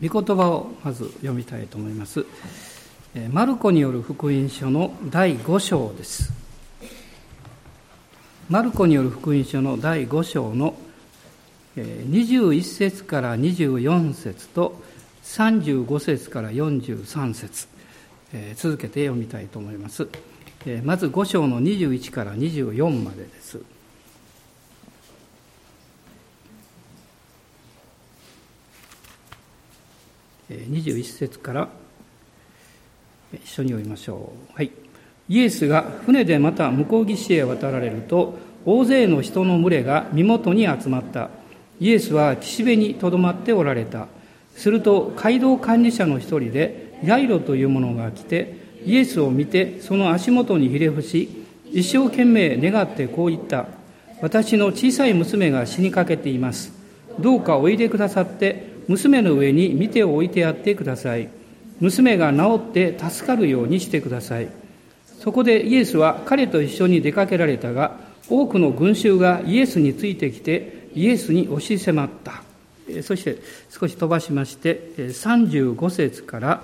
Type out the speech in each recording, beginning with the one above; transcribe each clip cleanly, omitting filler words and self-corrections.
御言葉をまず読みたいと思います。マルコによる福音書の第5章です。マルコによる福音書の第5章の21節から24節と35節から43節、続けて読みたいと思います。まず5章の21から24までです。21節から一緒に読みましょう。はい。イエスが船でまた向こう岸へ渡られると、大勢の人の群れが身元に集まった。イエスは岸辺にとどまっておられた。すると街道管理者の一人でヤイロという者が来て、イエスを見てその足元にひれ伏し、一生懸命願ってこう言った。私の小さい娘が死にかけています。どうかおいでくださって娘の上に御手を置いてやってください。娘が治って助かるようにしてください。そこでイエスは彼と一緒に出かけられたが、多くの群衆がイエスについてきてイエスに押し迫った。そして少し飛ばしまして35節から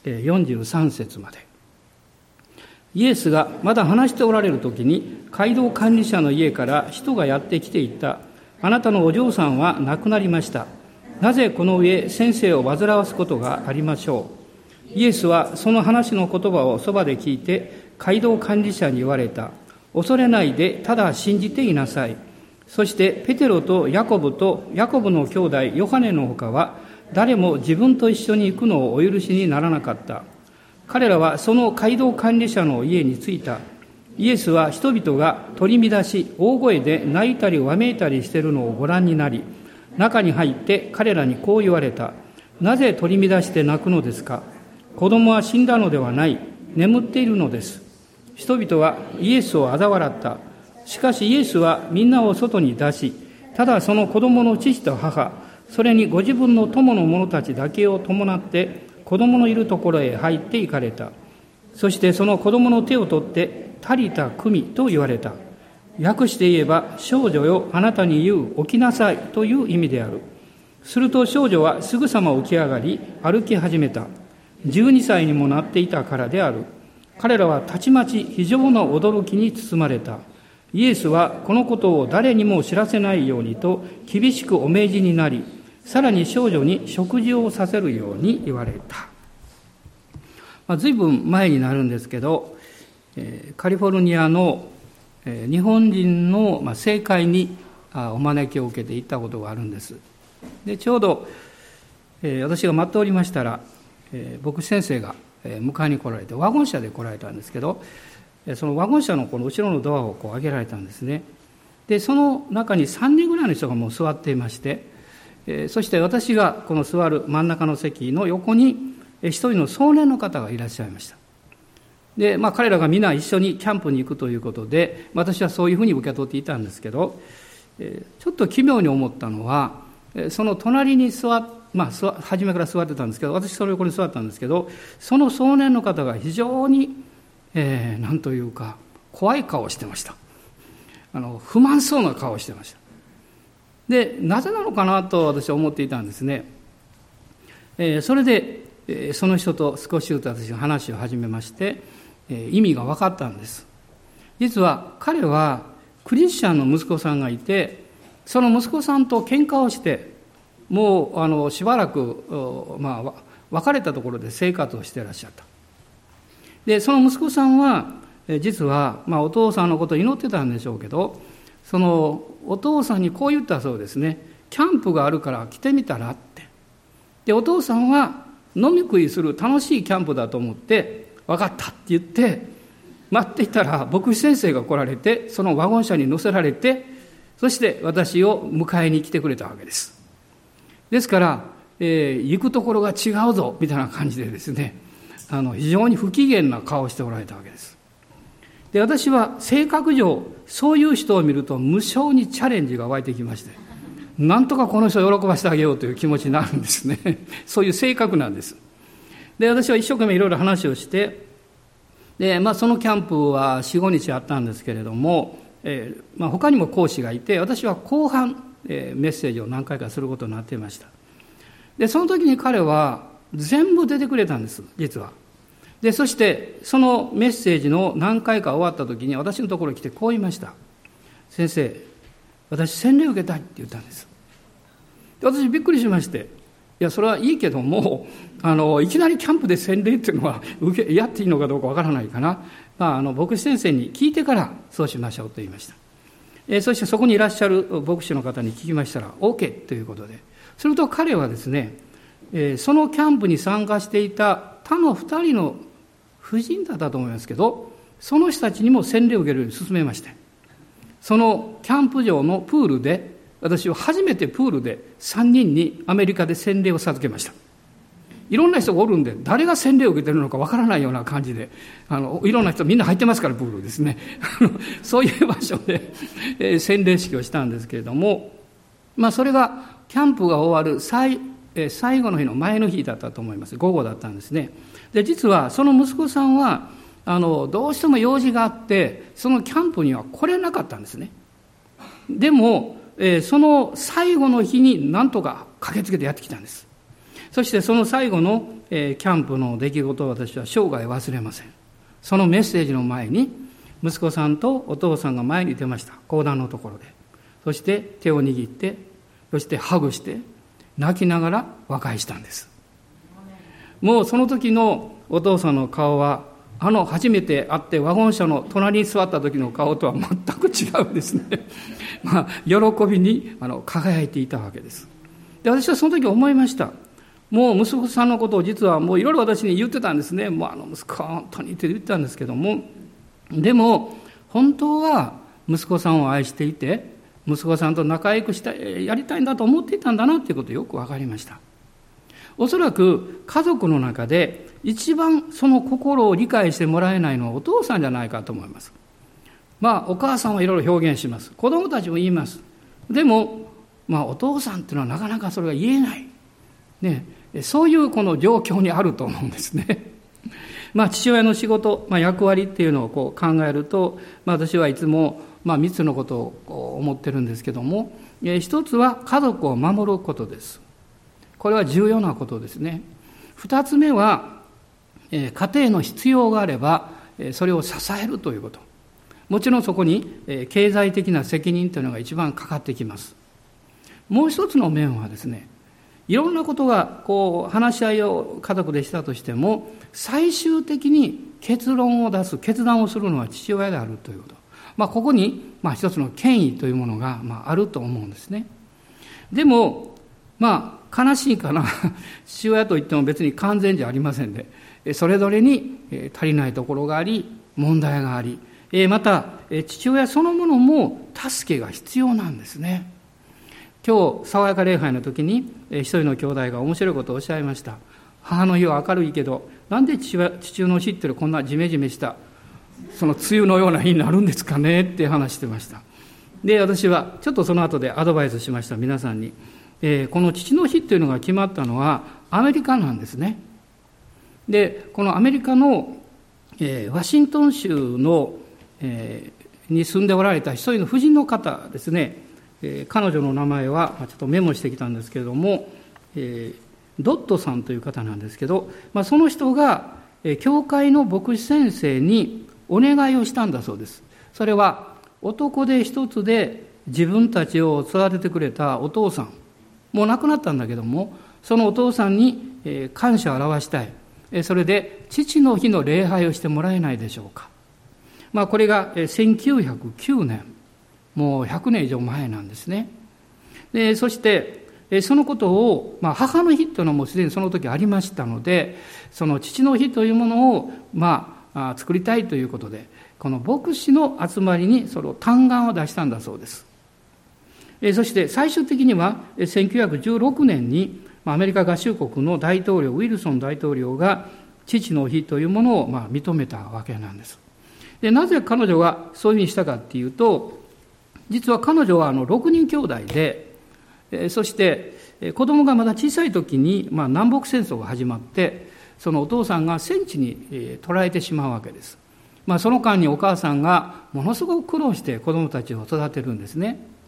43節まで。イエスがまだ話しておられる時に、街道管理者の家から人がやってきていった。あなたのお嬢さんは亡くなりました。なぜこの上先生を煩わすことがありましょう。イエスはその話の言葉をそばで聞いて、街道管理者に言われた。恐れないで、ただ信じていなさい。そしてペテロとヤコブの兄弟ヨハネのほかは、誰も自分と一緒に行くのをお許しにならなかった。彼らはその街道管理者の家に着いた。イエスは人々が取り乱し、大声で泣いたりわめいたりしているのをご覧になり、中に入って彼らにこう言われた。なぜ取り乱して泣くのですか。子供は死んだのではない。眠っているのです。人々はイエスを嘲笑った。しかしイエスはみんなを外に出し、ただその子供の父と母、それにご自分の友の者たちだけを伴って子供のいるところへ入って行かれた。そしてその子供の手を取ってタリタクミと言われた。訳して言えば、少女よあなたに言う、起きなさいという意味である。すると少女はすぐさま起き上がり歩き始めた。12歳にもなっていたからである。彼らはたちまち非常な驚きに包まれた。イエスはこのことを誰にも知らせないようにと厳しくお命じになり、さらに少女に食事をさせるように言われた。随分前になるんですけど、カリフォルニアの日本人の政界にお招きを受けて行ったことがあるんです。でちょうど私が待っておりましたら、牧師先生が迎えに来られて、ワゴン車で来られたんですけど、そのワゴン車のこの後ろのドアを開けられたんですね。でその中に3人ぐらいの人がもう座っていまして、そして私がこの座る真ん中の席の横に一人の壮年の方がいらっしゃいました。で彼らが皆一緒にキャンプに行くということで、私はそういうふうに受け取っていたんですけど、ちょっと奇妙に思ったのは、その隣に初めから座ってたんですけど、私それ横に座ったんですけど、その壮年の方が非常に、なんというか怖い顔をしてました。不満そうな顔をしてました。でなぜなのかなと私は思っていたんですね。それでその人と少しずつ私が話を始めまして、意味が分かったんです。実は彼はクリスチャンの息子さんがいて、その息子さんと喧嘩をして、もうしばらく、別れたところで生活をしていらっしゃった。でその息子さんは実は、お父さんのことを祈ってたんでしょうけど、そのお父さんにこう言ったそうですね。キャンプがあるから来てみたらって。でお父さんは飲み食いする楽しいキャンプだと思って、分かったって言って待っていたら、牧師先生が来られて、そのワゴン車に乗せられて、そして私を迎えに来てくれたわけです。ですから、行くところが違うぞみたいな感じでですね、非常に不機嫌な顔をしておられたわけです。で私は性格上そういう人を見ると無性にチャレンジが湧いてきまして、なんとかこの人を喜ばせてあげようという気持ちになるんですね。そういう性格なんです。で私は一生懸命いろいろ話をして、でそのキャンプは 4,5 日あったんですけれども、他にも講師がいて、私は後半、メッセージを何回かすることになっていました。 で、その時に彼は全部出てくれたんです、実は。で、そしてそのメッセージの何回か終わった時に私のところに来てこう言いました。先生、私洗礼を受けたいって言ったんです。で、私びっくりしまして、いや、それはいいけども、いきなりキャンプで洗礼っていうのはやっていいのかどうかわからないかな。牧師先生に聞いてからそうしましょうと言いました。そしてそこにいらっしゃる牧師の方に聞きましたら OK ということで、すると彼はですね、そのキャンプに参加していた他の2人の夫人だったと思いますけど、その人たちにも洗礼を受けるように勧めまして、そのキャンプ場のプールで、私は初めてプールで3人にアメリカで洗礼を授けました。いろんな人がおるんで、誰が洗礼を受けてるのかわからないような感じで、いろんな人みんな入ってますから、プールですね。そういう場所で、洗礼式をしたんですけれども、それがキャンプが終わる最後の日の前の日だったと思います。午後だったんですね。で、実はその息子さんはどうしても用事があってそのキャンプには来れなかったんですね。でも、その最後の日になんとか駆けつけてやってきたんです。そしてその最後の、キャンプの出来事を私は生涯忘れません。そのメッセージの前に息子さんとお父さんが前に出ました。講談のところで。そして手を握って、そしてハグして泣きながら和解したんです。もうその時のお父さんの顔は初めて会ってワゴン車の隣に座った時の顔とは全く違うですね。喜びに輝いていたわけです。で、私はその時思いました。もう息子さんのことを実はもういろいろ私に言ってたんですね。もう息子は本当にって言ってたんですけども、でも本当は息子さんを愛していて、息子さんと仲良くやりたいんだと思っていたんだなということをよく分かりました。おそらく家族の中で一番その心を理解してもらえないのはお父さんじゃないかと思います。お母さんはいろいろ表現します。子供たちも言います。でも、お父さんっていうのはなかなかそれが言えない。ね、そういうこの状況にあると思うんですね。父親の仕事、役割っていうのをこう考えると、私はいつも3つのことを思ってるんですけども、一つは家族を守ることです。これは重要なことですね。二つ目は、家庭の必要があればそれを支えるということ。もちろんそこに経済的な責任というのが一番かかってきます。もう一つの面はですね、いろんなことが話し合いを家族でしたとしても、最終的に結論を出す、決断をするのは父親であるということ。ここに一つの権威というものがあると思うんですね。でも悲しいかな父親といっても別に完全じゃありませんで、それぞれに足りないところがあり、問題があり、また父親そのものも助けが必要なんですね。今日爽やか礼拝の時に一人の兄弟が面白いことをおっしゃいました。母の日は明るいけど、なんで父親の日ってこんなジメジメしたその梅雨のような日になるんですかねって話してました。で、私はちょっとその後でアドバイスしました。皆さんに、この父の日っていうのが決まったのはアメリカなんですね。で、このアメリカの、ワシントン州の、に住んでおられた一人の婦人の方ですね。彼女の名前はちょっとメモしてきたんですけれども、ドットさんという方なんですけど、その人が教会の牧師先生にお願いをしたんだそうです。それは男で一つで自分たちを育ててくれたお父さん、もう亡くなったんだけども、そのお父さんに感謝を表したい。それで父の日の礼拝をしてもらえないでしょうか。これが1909年、もう100年以上前なんですね。で、そしてそのことを、母の日というのもすでにその時ありましたので、その父の日というものを作りたいということで、この牧師の集まりにその嘆願を出したんだそうです。そして最終的には1916年にアメリカ合衆国の大統領ウィルソン大統領が父の日というものを認めたわけなんです。で、なぜ彼女がそういうふうにしたかっていうと、実は彼女は6人兄弟で、そして子供がまだ小さい時に南北戦争が始まって、そのお父さんが戦地に捕らえてしまうわけです。その間にお母さんがものすごく苦労して子供たちを育てるんですね。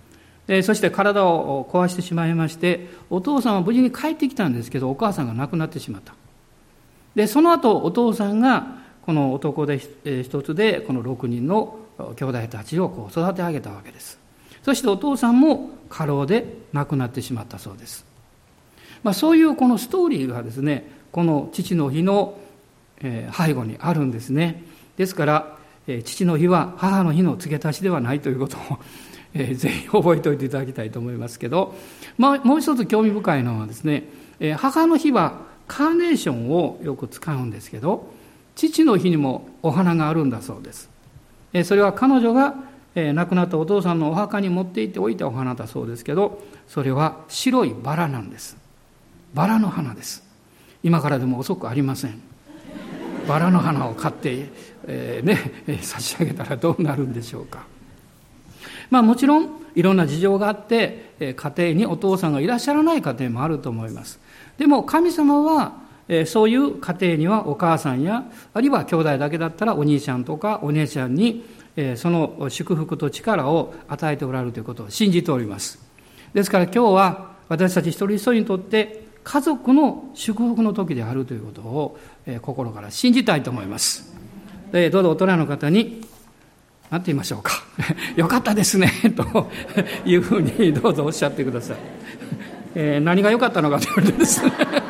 そして体を壊してしまいまして、お父さんは無事に帰ってきたんですけど、お母さんが亡くなってしまった。で、その後、お父さんが、この男で一つで、この6人の兄弟たちを育て上げたわけです。そしてお父さんも過労で亡くなってしまったそうです。そういうこのストーリーがですね、この父の日の背後にあるんですね。ですから、父の日は母の日の付け足しではないということを、ぜひ覚えておいていただきたいと思いますけど、もう一つ興味深いのはですね、母の日はカーネーションをよく使うんですけど、父の日にもお花があるんだそうです。それは彼女が亡くなったお父さんのお墓に持って行っておいたお花だそうですけど、それは白いバラなんです。バラの花です。今からでも遅くありません。バラの花を買って、差し上げたらどうなるんでしょうか。もちろんいろんな事情があって家庭にお父さんがいらっしゃらない家庭もあると思います。でも神様はそういう家庭にはお母さんやあるいは兄弟だけだったらお兄ちゃんとかお姉ちゃんにその祝福と力を与えておられるということを信じております。ですから今日は私たち一人一人にとって家族の祝福の時であるということを心から信じたいと思います。どうぞ大人の方に何て言いましょうかよかったですねというふうにどうぞおっしゃってください。何が良かったのかと言われてですね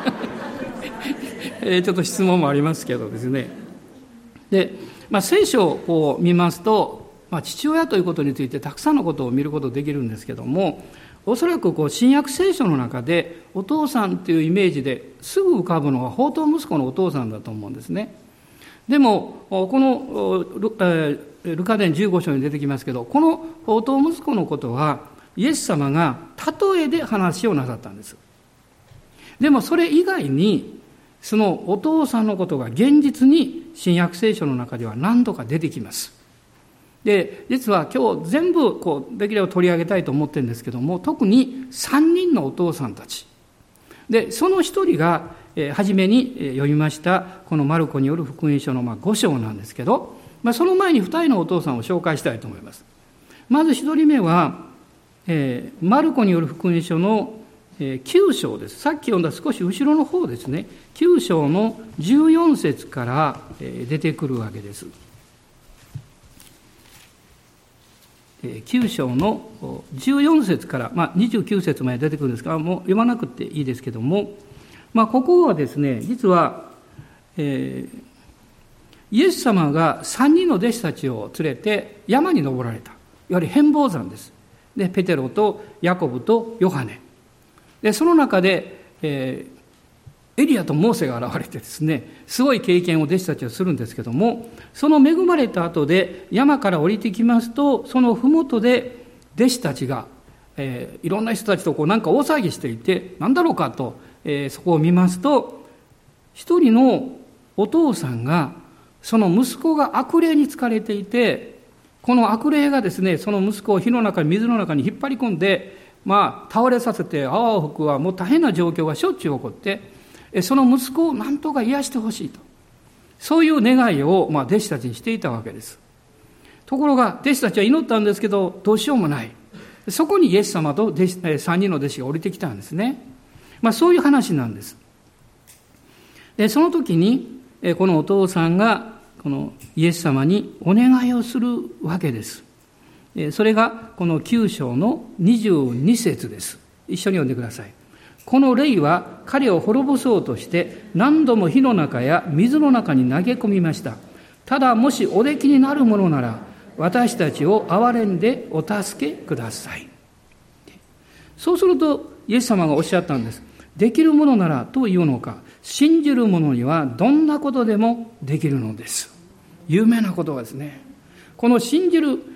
ちょっと質問もありますけどですね。で、聖書をこう見ますと、父親ということについてたくさんのことを見ることできるんですけども、おそらく新約聖書の中でお父さんというイメージですぐ浮かぶのは放蕩息子のお父さんだと思うんですね。でもこのルカ伝15章に出てきますけど、この放蕩息子のことはイエス様が例えで話をなさったんです。でもそれ以外にそのお父さんのことが現実に新約聖書の中では何度か出てきます。で、実は今日全部できれば取り上げたいと思ってるんですけども、特に3人のお父さんたちで、その一人が初めに読みましたこのマルコによる福音書の5章なんですけど、その前に2人のお父さんを紹介したいと思います。まず1人目はマルコによる福音書の9章です。さっき読んだ少し後ろの方ですね。9章の14節から出てくるわけです。9章の14節から、29節まで出てくるんですが、もう読まなくていいですけども、ここはですね、実は、イエス様が3人の弟子たちを連れて山に登られた。いわゆる変貌山です。で、ペテロとヤコブとヨハネ。で、その中で、エリアとモーセが現れてですね、すごい経験を弟子たちはするんですけども、その恵まれた後で山から降りてきますと、その麓で弟子たちが、いろんな人たちとなんか大騒ぎしていて、何だろうかと、そこを見ますと、一人のお父さんが、その息子が悪霊に疲れていて、この悪霊がですね、その息子を火の中、水の中に引っ張り込んで、倒れさせて泡を吹くはもう大変な状況がしょっちゅう起こって、その息子を何とか癒してほしいと。そういう願いを弟子たちにしていたわけです。ところが弟子たちは祈ったんですけど、どうしようもない。そこにイエス様と3人の弟子が降りてきたんですね。そういう話なんです。で、その時にこのお父さんがこのイエス様にお願いをするわけです。それがこの9章の22節です。一緒に読んでください。この霊は彼を滅ぼそうとして何度も火の中や水の中に投げ込みました。ただもしおできになるものなら私たちを憐れんでお助けください。そうするとイエス様がおっしゃったんです。できるものならというのか、信じる者にはどんなことでもできるのです。有名なことはですね、この信じる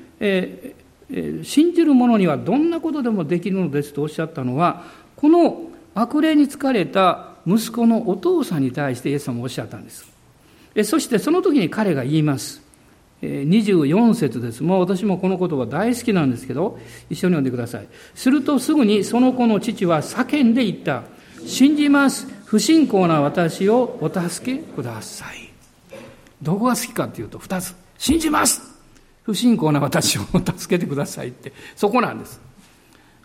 者にはどんなことでもできるのですとおっしゃったのは、この悪霊に疲れた息子のお父さんに対してイエス様もおっしゃったんです。そしてその時に彼が言います。24節です。私もこの言葉大好きなんですけど、一緒に読んでください。するとすぐにその子の父は叫んで言った。信じます。不信仰な私をお助けください。どこが好きかというと2つ。信じます。不信仰な私を助けてくださいって、そこなんです。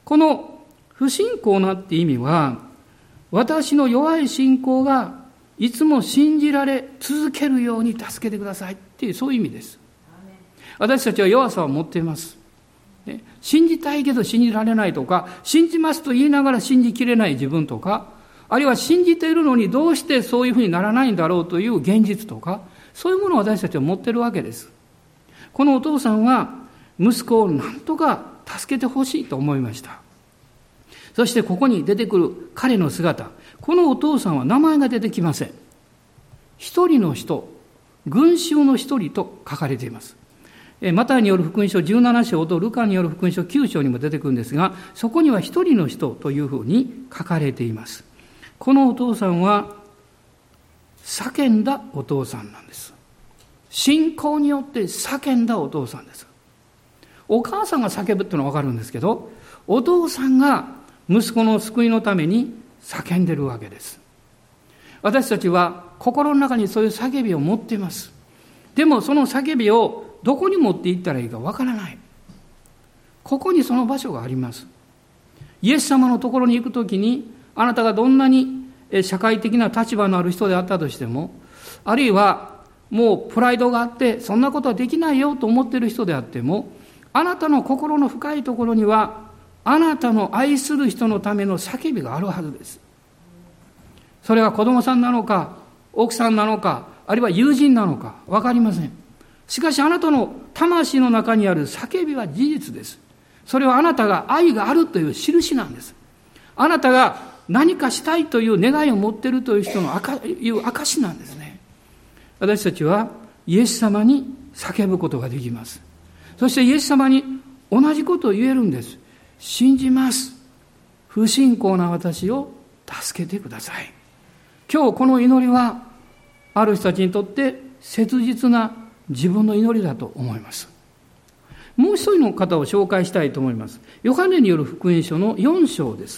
この不信仰なって意味は、私の弱い信仰がいつも信じられ続けるように助けてくださいっていう、そういう意味です。私たちは弱さを持っています。信じたいけど信じられないとか、信じますと言いながら信じきれない自分とか、あるいは信じているのにどうしてそういうふうにならないんだろうという現実とか、そういうものを私たちは持っているわけです。このお父さんは息子を何とか助けてほしいと思いました。そしてここに出てくる彼の姿、このお父さんは名前が出てきません。一人の人、群衆の一人と書かれています。マタイによる福音書17章とルカによる福音書9章にも出てくるんですが、そこには一人の人というふうに書かれています。このお父さんは叫んだお父さんなんです。信仰によって叫んだお父さんです。お母さんが叫ぶっていうのはわかるんですけど、お父さんが息子の救いのために叫んでるわけです。私たちは心の中にそういう叫びを持っています。でもその叫びをどこに持っていったらいいかわからない。ここにその場所があります。イエス様のところに行くときに、あなたがどんなに社会的な立場のある人であったとしても、あるいはもうプライドがあってそんなことはできないよと思っている人であっても、あなたの心の深いところにはあなたの愛する人のための叫びがあるはずです。それは子供さんなのか奥さんなのか、あるいは友人なのか分かりません。しかしあなたの魂の中にある叫びは事実です。それはあなたが愛があるという印なんです。あなたが何かしたいという願いを持っているという人の証なんですね。私たちはイエス様に叫ぶことができます。そしてイエス様に同じことを言えるんです。信じます。不信仰な私を助けてください。今日この祈りはある人たちにとって切実な自分の祈りだと思います。もう一人の方を紹介したいと思います。ヨハネによる福音書の4章です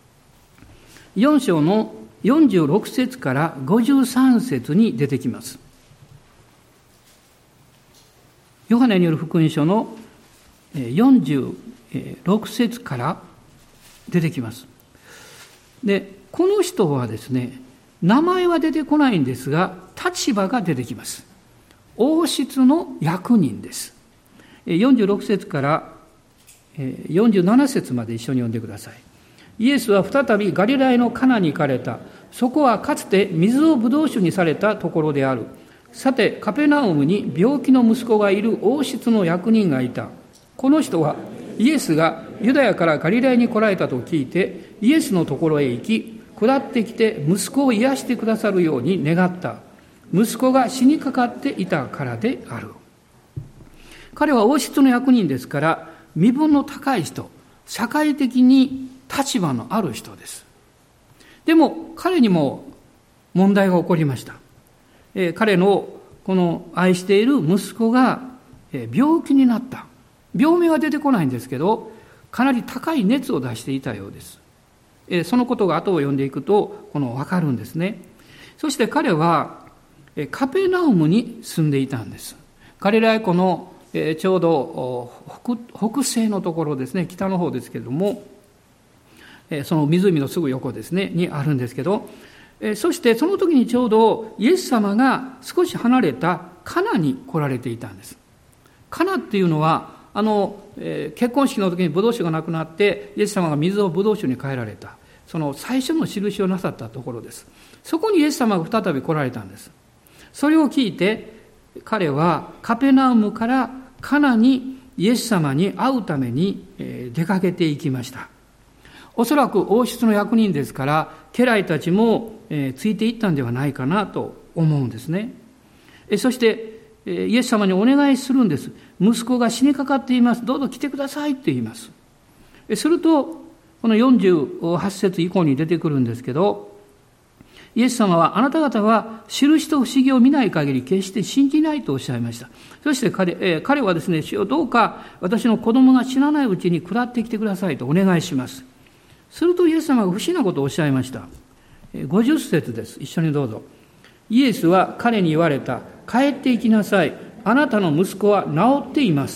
。4章の46節から53節に出てきます。ヨハネによる福音書の46節から出てきます。で、この人はですね、名前は出てこないんですが、立場が出てきます。王室の役人です。46節から47節まで一緒に読んでください。イエスは再びガリラヤのカナに行かれた。そこはかつて水をブドウ酒にされたところである。さて、カペナウムに病気の息子がいる王室の役人がいた。この人はイエスがユダヤからガリラヤに来られたと聞いて、イエスのところへ行き、下ってきて息子を癒してくださるように願った。息子が死にかかっていたからである。彼は王室の役人ですから、身分の高い人、社会的に立場のある人です。でも彼にも問題が起こりました。彼のこの愛している息子が病気になった。病名は出てこないんですけど、かなり高い熱を出していたようです。そのことが後を読んでいくと分かるんですね。そして彼はカペナウムに住んでいたんです。ガリラヤ湖のちょうど北西のところですね、北の方ですけれども、その湖のすぐ横ですねにあるんですけど、そしてその時にちょうどイエス様が少し離れたカナに来られていたんです。カナっていうのは結婚式の時にブドウ酒がなくなってイエス様が水をブドウ酒に変えられた、その最初の印をなさったところです。そこにイエス様が再び来られたんです。それを聞いて彼はカペナウムからカナにイエス様に会うために出かけていきました。おそらく王室の役人ですから家来たちもついていったんではないかなと思うんですね。そしてイエス様にお願いするんです。息子が死にかかっています。どうぞ来てくださいって言います。するとこの48節以降に出てくるんですけど、イエス様はあなた方は印と不思議を見ない限り決して信じないとおっしゃいました。そして彼はですね、主よどうか私の子供が死なないうちに下ってきてくださいとお願いします。するとイエス様が不思議なことをおっしゃいました。50節です。一緒にどうぞ。イエスは彼に言われた。帰って行きなさい。あなたの息子は治っています。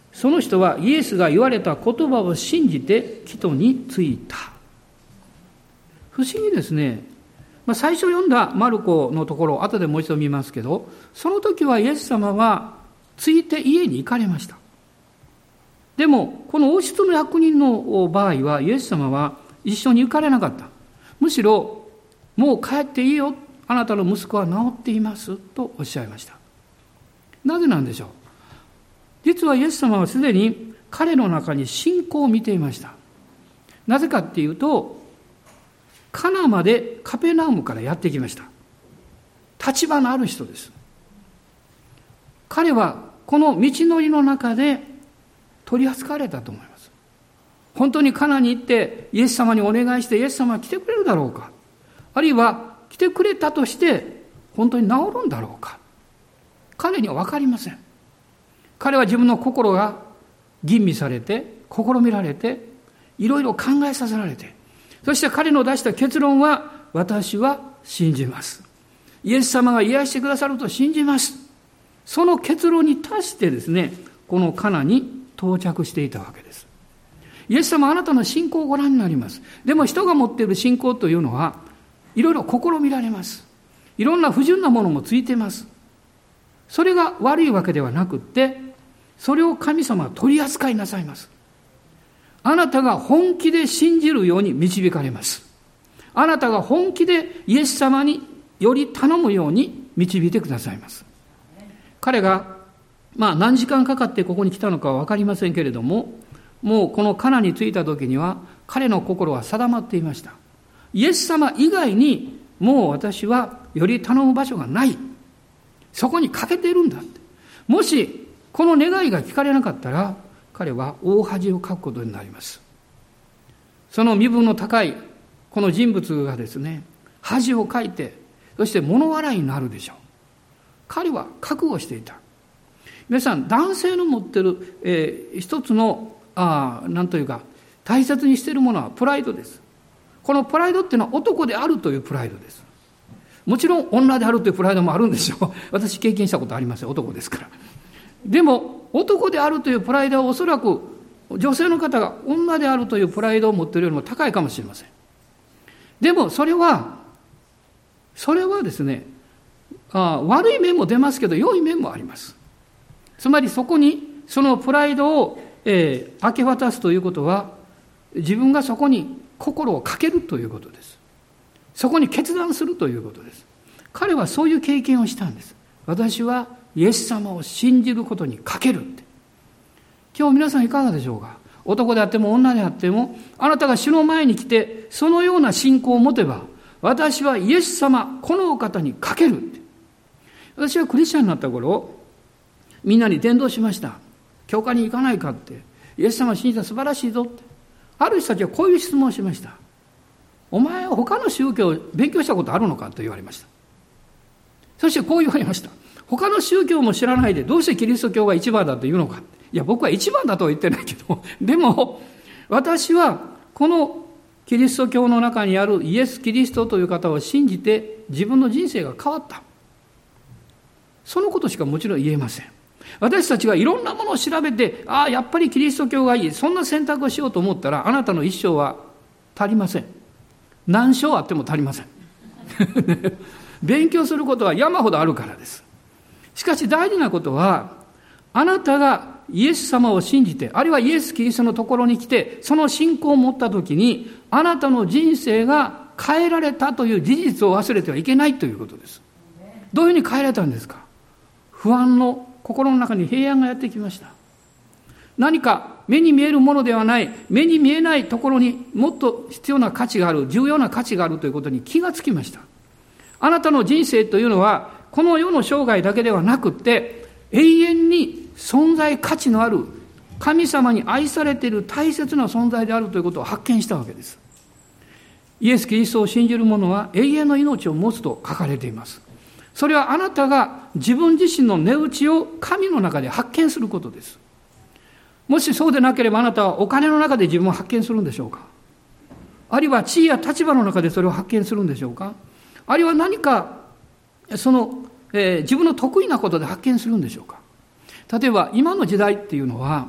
その人はイエスが言われた言葉を信じて帰途に着いた。不思議ですね。最初読んだマルコのところ、後でもう一度見ますけど、その時はイエス様はついて家に行かれました。でも、この王室の役人の場合は、イエス様は一緒に行かれなかった。むしろ、もう帰っていいよ、あなたの息子は治っていますとおっしゃいました。なぜなんでしょう。実はイエス様はすでに彼の中に信仰を見ていました。なぜかっていうと、カナまでカペナウムからやってきました。立場のある人です。彼はこの道のりの中で取り扱われたと思います。本当にカナに行ってイエス様にお願いしてイエス様は来てくれるだろうか。あるいは来てくれたとして本当に治るんだろうか。彼には分かりません。彼は自分の心が吟味されて、試みられて、いろいろ考えさせられて、そして彼の出した結論は、私は信じます。イエス様が癒してくださると信じます。その結論に達してですね、このカナに到着していたわけです。イエス様はあなたの信仰をご覧になります。でも人が持っている信仰というのは、いろいろ試みられます。いろんな不純なものもついています。それが悪いわけではなくって、それを神様は取り扱いなさいます。あなたが本気で信じるように導かれます。あなたが本気でイエス様により頼むように導いてくださいます。彼が何時間かかってここに来たのかは分かりませんけれども、もうこのカナに着いた時には彼の心は定まっていました。イエス様以外にもう私はより頼む場所がない。そこに欠けているんだって。もしこの願いが聞かれなかったら、彼は大恥をかくことになります。その身分の高いこの人物がですね、恥をかいて、そして物笑いになるでしょう。彼は覚悟していた。皆さん、男性の持ってる、一つのなんというか大切にしているものはプライドです。このプライドっていうのは男であるというプライドです。もちろん女であるというプライドもあるんでしょう。私経験したことありません。男ですから。でも男であるというプライドはおそらく女性の方が女であるというプライドを持っているよりも高いかもしれません。でもそれはですね、悪い面も出ますけど良い面もあります。つまりそこにそのプライドを、明け渡すということは、自分がそこに心をかけるということです。そこに決断するということです。彼はそういう経験をしたんです。私はイエス様を信じることにかけるって。今日皆さんいかがでしょうか。男であっても女であっても、あなたが主の前に来てそのような信仰を持てば、私はイエス様このお方にかけるって。私はクリスチャンになった頃、みんなに伝道しました。教会に行かないかって。イエス様を信じたら素晴らしいぞって。ある人たちはこういう質問をしました。お前は他の宗教を勉強したことあるのかと言われました。そしてこう言われました。他の宗教も知らないでどうしてキリスト教が一番だと言うのか。いや、僕は一番だとは言ってないけど、でも私はこのキリスト教の中にあるイエス・キリストという方を信じて自分の人生が変わった。そのことしかもちろん言えません。私たちがいろんなものを調べて、やっぱりキリスト教がいい、そんな選択をしようと思ったら、あなたの一生は足りません。何章あっても足りません。勉強することは山ほどあるからです。しかし大事なことは、あなたがイエス様を信じて、あるいはイエス・キリストのところに来て、その信仰を持ったときに、あなたの人生が変えられたという事実を忘れてはいけないということです。どういうふうに変えられたんですか。不安の心の中に平安がやってきました。何か目に見えるものではない、目に見えないところにもっと必要な価値がある、重要な価値があるということに気がつきました。あなたの人生というのは、この世の生涯だけではなくって、永遠に存在価値のある、神様に愛されている大切な存在であるということを発見したわけです。イエス・キリストを信じる者は永遠の命を持つと書かれています。それはあなたが自分自身の値打ちを神の中で発見することです。もしそうでなければあなたはお金の中で自分を発見するんでしょうか。あるいは地位や立場の中でそれを発見するんでしょうか。あるいは何か自分の得意なことで発見するんでしょうか。例えば今の時代っていうのは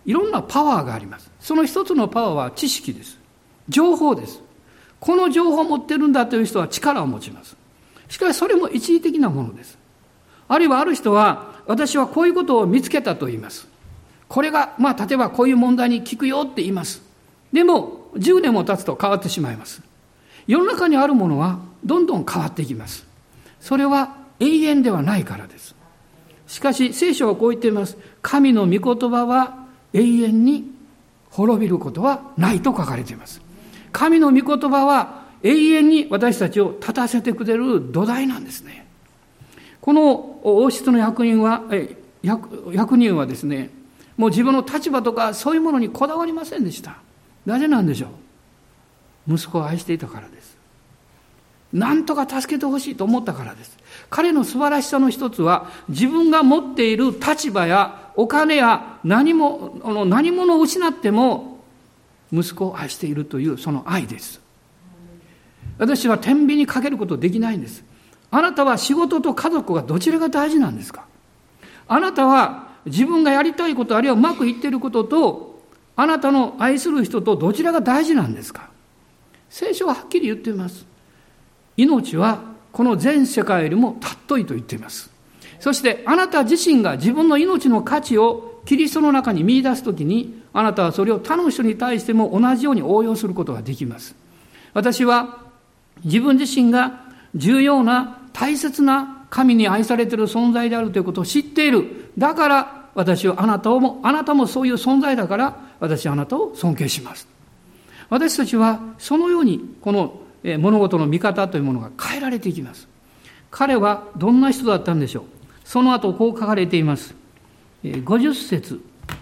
いろんなパワーがあります。その一つのパワーは知識です。情報です。この情報を持ってるんだという人は力を持ちます。しかしそれも一時的なものです。あるいはある人は、私はこういうことを見つけたと言います。これが、例えばこういう問題に効くよって言います。でも、10年も経つと変わってしまいます。世の中にあるものはどんどん変わっていきます。それは永遠ではないからです。しかし聖書はこう言っています。神の御言葉は永遠に滅びることはないと書かれています。神の御言葉は永遠に私たちを立たせてくれる土台なんですね。この王室の役人はですね、もう自分の立場とかそういうものにこだわりませんでした。なぜなんでしょう。息子を愛していたからです。なんとか助けてほしいと思ったからです。彼の素晴らしさの一つは、自分が持っている立場やお金や何物を失っても息子を愛しているというその愛です。私は天秤にかけることできないんです。あなたは仕事と家族がどちらが大事なんですか。あなたは自分がやりたいこと、あるいはうまくいっていることと、あなたの愛する人とどちらが大事なんですか。聖書ははっきり言っています。命はこの全世界よりも尊いと言っています。そしてあなた自身が自分の命の価値をキリストの中に見出すときに、あなたはそれを他の人に対しても同じように応用することができます。私は自分自身が重要な大切な神に愛されている存在であるということを知っている。だから私はあなたもそういう存在だから私はあなたを尊敬します。私たちはそのようにこの物事の見方というものが変えられていきます。彼はどんな人だったんでしょう。その後こう書かれています。50節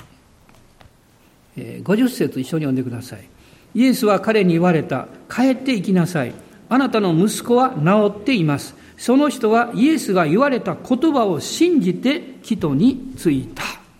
一緒に読んでください。イエスは彼に言われた。帰って行きなさい。あなたの息子は治っています。その人はイエスが言われた言葉を信じて帰途に着いた。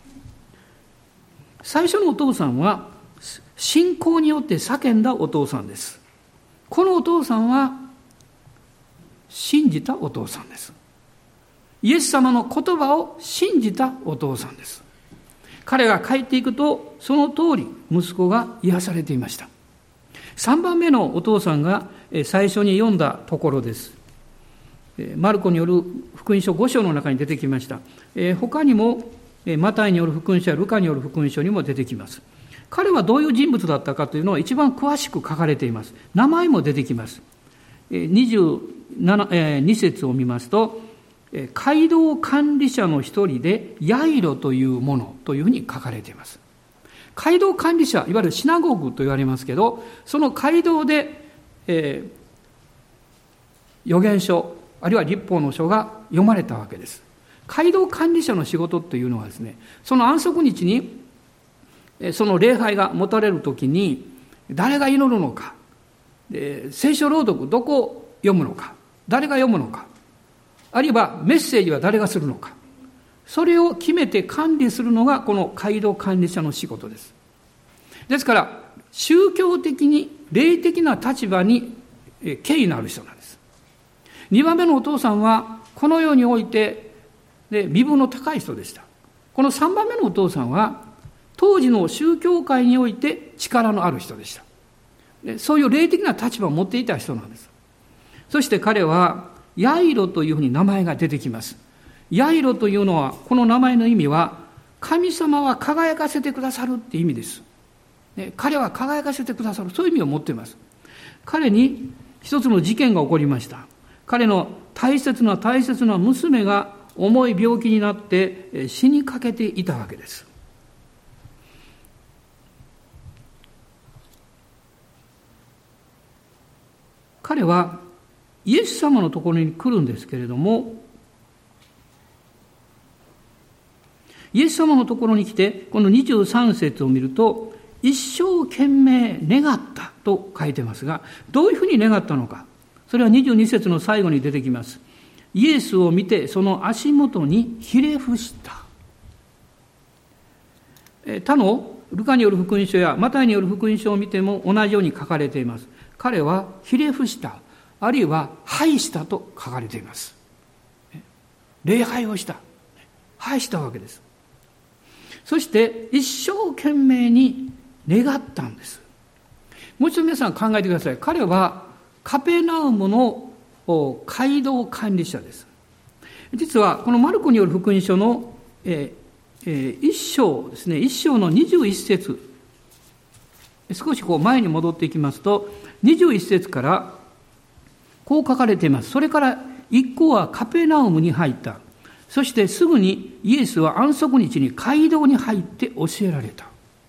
最初のお父さんは信仰によって叫んだお父さんです。このお父さんは信じたお父さんです。イエス様の言葉を信じたお父さんです。彼が帰っていくとその通り息子が癒されていました。3番目のお父さんが最初に読んだところです。マルコによる福音書5章の中に出てきました。他にもマタイによる福音書やルカによる福音書にも出てきます。彼はどういう人物だったかというのは一番詳しく書かれています。名前も出てきます。2節を見ますと、街道管理者の一人でヤイロというものというふうに書かれています。街道管理者、いわゆるシナゴグと言われますけど、その街道で、預言書あるいは律法の書が読まれたわけです。街道管理者の仕事というのはですね、その安息日にその礼拝が持たれるときに誰が祈るのか、聖書朗読どこを読むのか、誰が読むのか、あるいはメッセージは誰がするのか、それを決めて管理するのがこの街道管理者の仕事です。ですから宗教的に霊的な立場に権威のある人なんです。2番目のお父さんはこの世において身分の高い人でした。この3番目のお父さんは当時の宗教界において力のある人でした。そういう霊的な立場を持っていた人なんです。そして彼はヤイロというふうに名前が出てきます。ヤイロというのは、この名前の意味は神様は輝かせてくださるって意味です。彼は輝かせてくださる、そういう意味を持っています。彼に一つの事件が起こりました。彼の大切な娘が重い病気になって死にかけていたわけです。彼はイエス様のところに来るんですけれども、イエス様のところに来て、この23節を見ると、一生懸命願ったと書いてますが、どういうふうに願ったのか。それは22節の最後に出てきます。イエスを見て、その足元にひれ伏した。他のルカによる福音書やマタイによる福音書を見ても同じように書かれています。彼はひれ伏した、あるいは拝したと書かれています。礼拝をした、拝したわけです。 そして一生懸命に願ったんです。もう一度皆さん考えてください。彼はカペナウムの街道管理者です。実はこのマルコによる福音書の一章ですね、一章の21節、少し前に戻っていきますと、21節からこう書かれています。それから一行はカペナウムに入った。そしてすぐにイエスは安息日に街道に入って教えられた。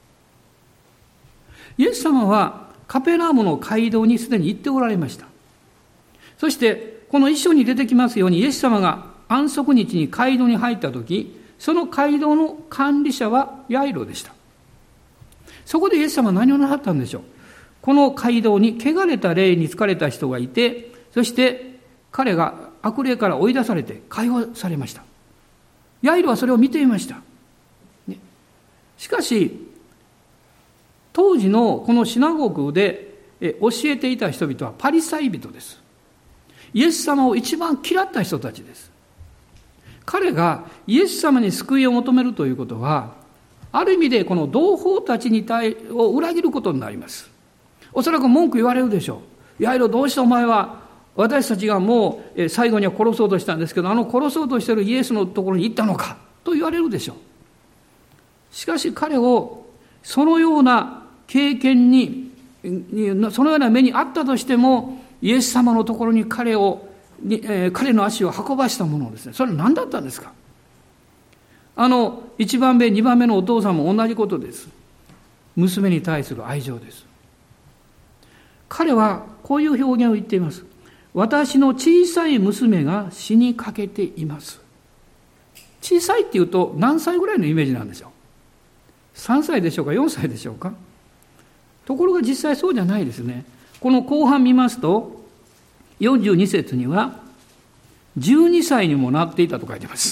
イエス様はカペナウムの街道にすでに行っておられました。そしてこの一章に出てきますように、イエス様が安息日に街道に入ったとき、その街道の管理者はヤイロでした。そこでイエス様は何をなさったんでしょう。この街道に汚れた霊に疲れた人がいて、そして彼が悪霊から追い出されて解放されました。ヤイロはそれを見ていました。しかし、当時のこのシナゴグで教えていた人々はパリサイ人です。イエス様を一番嫌った人たちです。彼がイエス様に救いを求めるということは、ある意味でこの同胞たちを裏切ることになります。おそらく文句言われるでしょう。ヤイロ、どうしてお前は私たちがもう最後には殺そうとしたんですけど、殺そうとしているイエスのところに行ったのかと言われるでしょう。しかし彼をそのような経験に、そのような目にあったとしても、イエス様のところに彼の足を運ばしたものですね。それは何だったんですか。1番目2番目のお父さんも同じことです。娘に対する愛情です。彼はこういう表現を言っています。私の小さい娘が死にかけています。小さいっていうと何歳ぐらいのイメージなんでしょう。3歳でしょうか、4歳でしょうか。ところが実際そうじゃないですね。この後半見ますと、42節には12歳にもなっていたと書いてます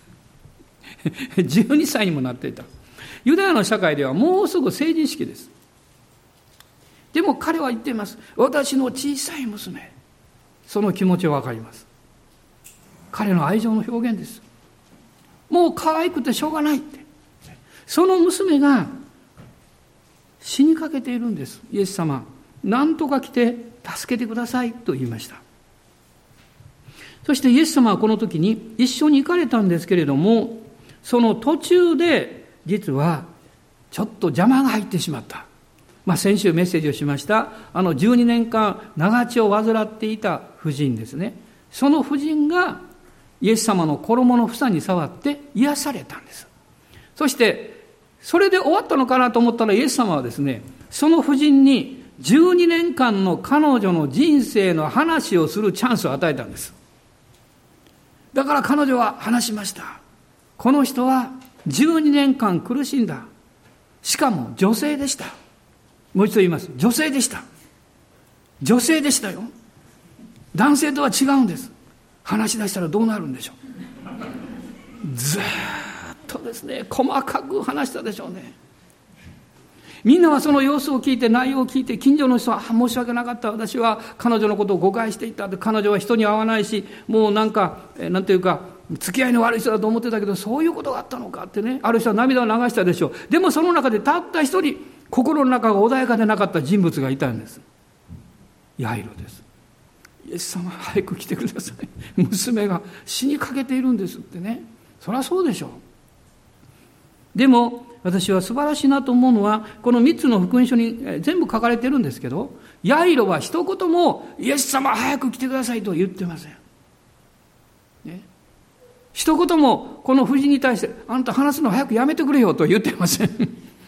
。12歳にもなっていた。ユダヤの社会ではもうすぐ成人式です。でも彼は言っています。私の小さい娘。その気持ちはわかります。彼の愛情の表現です。もう可愛くてしょうがないって。その娘が死にかけているんです。イエス様、なんとか来て助けてくださいと言いました。そしてイエス様はこの時に一緒に行かれたんですけれども、その途中で実はちょっと邪魔が入ってしまった。先週メッセージをしました12年間長血を患っていた婦人ですね。その婦人がイエス様の衣の房に触って癒されたんです。そしてそれで終わったのかなと思ったら、イエス様はですね、その婦人に12年間の彼女の人生の話をするチャンスを与えたんです。だから彼女は話しました。この人は12年間苦しんだ。しかも女性でした。もう一度言います。女性でした。女性でしたよ。男性とは違うんです。話し出したらどうなるんでしょう。ずーっとですね、細かく話したでしょうね。みんなはその様子を聞いて、内容を聞いて、近所の人は申し訳なかった。私は彼女のことを誤解していた。彼女は人に会わないし、もうなんていうか、付き合いの悪い人だと思ってたけど、そういうことがあったのかってね。ある人は涙を流したでしょう。でもその中でたった一人、心の中が穏やかでなかった人物がいたんです。ヤイロです。イエス様、早く来てください。娘が死にかけているんですってね。そりゃそうでしょう。でも私は素晴らしいなと思うのは、この3つの福音書に全部書かれてるんですけど、ヤイロは一言もイエス様早く来てくださいとは言ってません、ね、一言もこの婦人に対して、あんた話すの早くやめてくれよとは言ってません。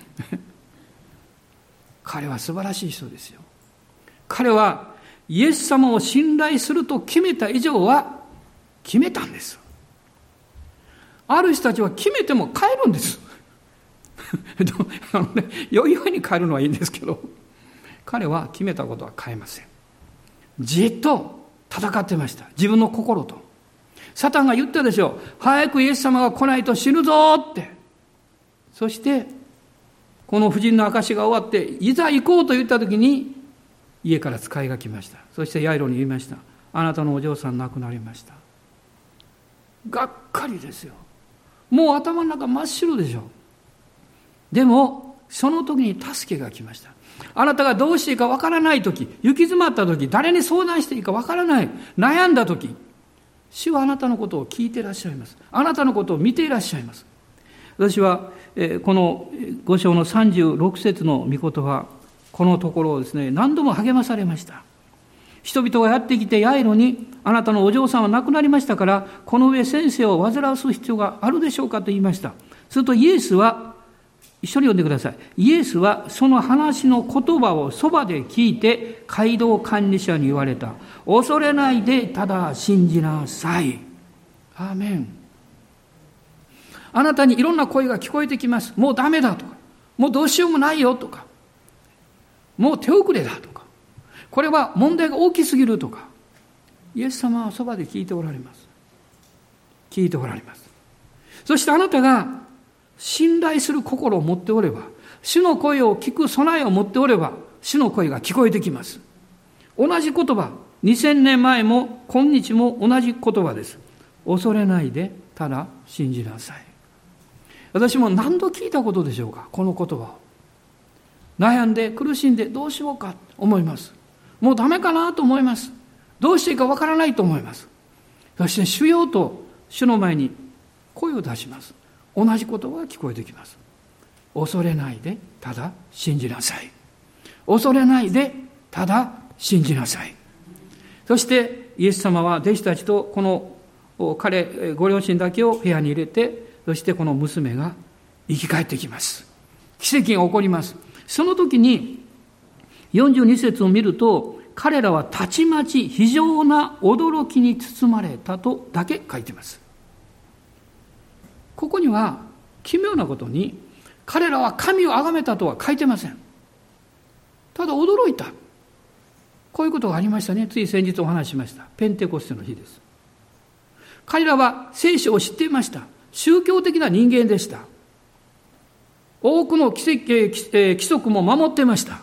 彼は素晴らしい人ですよ。彼はイエス様を信頼すると決めた以上は決めたんです。ある人たちは決めても帰るんです。余裕に帰るのはいいんですけど、彼は決めたことは変えません。じっと戦ってました。自分の心と。サタンが言ったでしょう。早くイエス様が来ないと死ぬぞって。そしてこの婦人の証が終わって、いざ行こうと言った時に家から使いが来ました。そしてヤイロに言いました。あなたのお嬢さん亡くなりました。がっかりですよ。もう頭の中真っ白でしょ。 でもその時に助けが来ました。あなたがどうしていいかわからない時、行き詰まった時、誰に相談していいかわからない、悩んだ時、主はあなたのことを聞いていらっしゃいます。あなたのことを見ていらっしゃいます。私はこの5章の36節の御言葉、このところをですね、何度も励まされました。人々がやってきてヤイロに、あなたのお嬢さんは亡くなりましたから、この上先生を煩わす必要があるでしょうかと言いました。するとイエスは、一緒に読んでください。イエスはその話の言葉をそばで聞いて、街道管理者に言われた。恐れないで、ただ信じなさい。アーメン。あなたにいろんな声が聞こえてきます。もうダメだとか、もうどうしようもないよとか、もう手遅れだとか、これは問題が大きすぎるとか、イエス様はそばで聞いておられます。聞いておられます。そしてあなたが信頼する心を持っておれば、主の声を聞く備えを持っておれば、主の声が聞こえてきます。同じ言葉、2000年前も今日も同じ言葉です。恐れないで、ただ信じなさい。私も何度聞いたことでしょうか、この言葉を。悩んで苦しんでどうしようかと思います。もうダメかなと思います。どうしていいかわからないと思います。そして主よと主の前に声を出します。同じ言葉が聞こえてきます。恐れないで、ただ信じなさい。恐れないで、ただ信じなさい。そしてイエス様は弟子たちとこのご両親だけを部屋に入れて、そしてこの娘が生き返ってきます。奇跡が起こります。その時に42節を見ると、彼らはたちまち非常な驚きに包まれたとだけ書いています。ここには奇妙なことに、彼らは神を崇めたとは書いてません。ただ驚いた。こういうことがありましたね。つい先日お話ししました。ペンテコステの日です。彼らは聖書を知っていました。宗教的な人間でした。多くの規則も守っていました。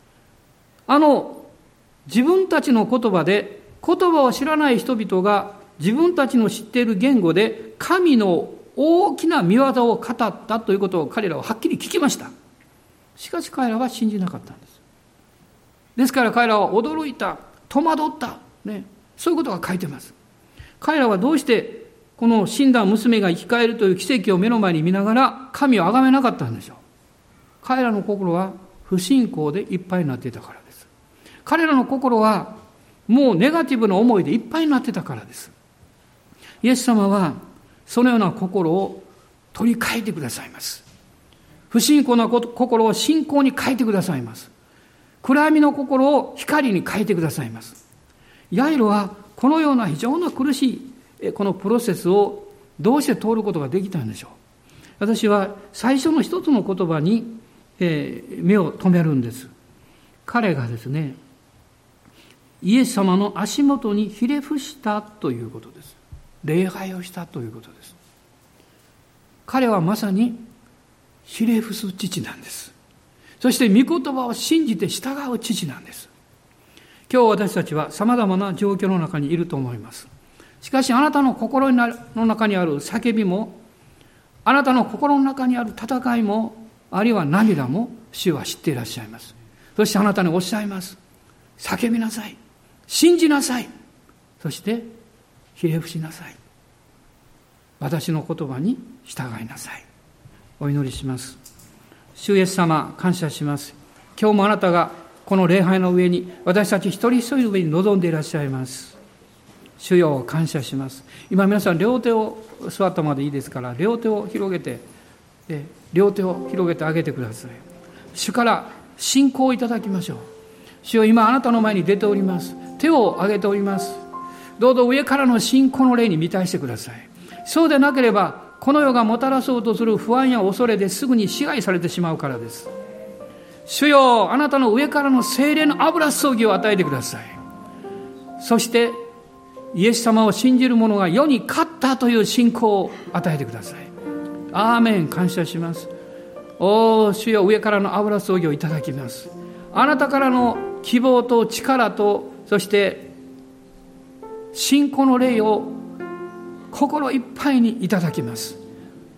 自分たちの言葉で、言葉を知らない人々が自分たちの知っている言語で神の大きな見業を語ったということを彼らははっきり聞きました。しかし彼らは信じなかったんです。ですから彼らは驚いた、戸惑った、ね、そういうことが書いてます。彼らはどうしてこの死んだ娘が生き返るという奇跡を目の前に見ながら神を崇めなかったんでしょう。彼らの心は不信仰でいっぱいになっていたからです。彼らの心はもうネガティブな思いでいっぱいになっていたからです。イエス様はそのような心を取り替えてくださいます。不信仰な心を信仰に変えてくださいます。暗闇の心を光に変えてくださいます。ヤイロはこのような非常な苦しいこのプロセスをどうして通ることができたんでしょう。私は最初の一つの言葉に目を留めるんです。彼がですね、イエス様の足元にひれ伏したということです。礼拝をしたということです。彼はまさにひれ伏す父なんです。そして御言葉を信じて従う父なんです。今日私たちは様々な状況の中にいると思います。しかしあなたの心の中にある叫びも、あなたの心の中にある戦いも、あるいは涙も主は知っていらっしゃいます。そしてあなたにおっしゃいます。叫びなさい。信じなさい。そしてひれ伏しなさい。私の言葉に従いなさい。お祈りします。主イエス様、感謝します。今日もあなたがこの礼拝の上に私たち一人一人の上に臨んでいらっしゃいます。主よ、感謝します。今皆さん両手を座ったまでいいですから、両手を広げてあげてください。主から信仰をいただきましょう。主よ、今あなたの前に出ております。手を挙げております。どうぞ上からの信仰の霊に満たしてください。そうでなければこの世がもたらそうとする不安や恐れですぐに支配されてしまうからです。主よ、あなたの上からの聖霊の油注ぎを与えてください。そしてイエス様を信じる者が世に勝ったという信仰を与えてください。アーメン。感謝します。おー、主よ、上からの油注ぎをいただきます。あなたからの希望と力と、そして信仰の霊を心いっぱいにいただきます。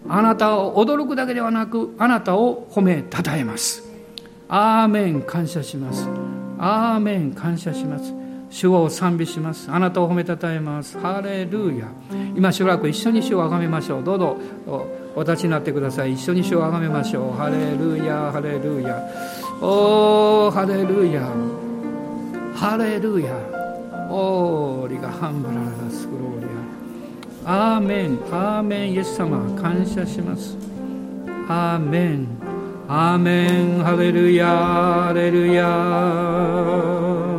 あなたを驚くだけではなく、あなたを褒めたたえます。アーメン、感謝します。アーメン、感謝します。主を賛美します。あなたを褒めたたえます。ハレルヤ。今しばらく一緒に主をあがめましょう。どうぞお立ちになってください。一緒に主をあがめましょう。ハレルヤ、ハレルヤ。おー、ハレルヤ、ハレルヤ。オーリがハンバララスグローリア。アーメン、アーメン。イエス様感謝します。アーメン、アーメン。ハレルヤ、ハレルヤ。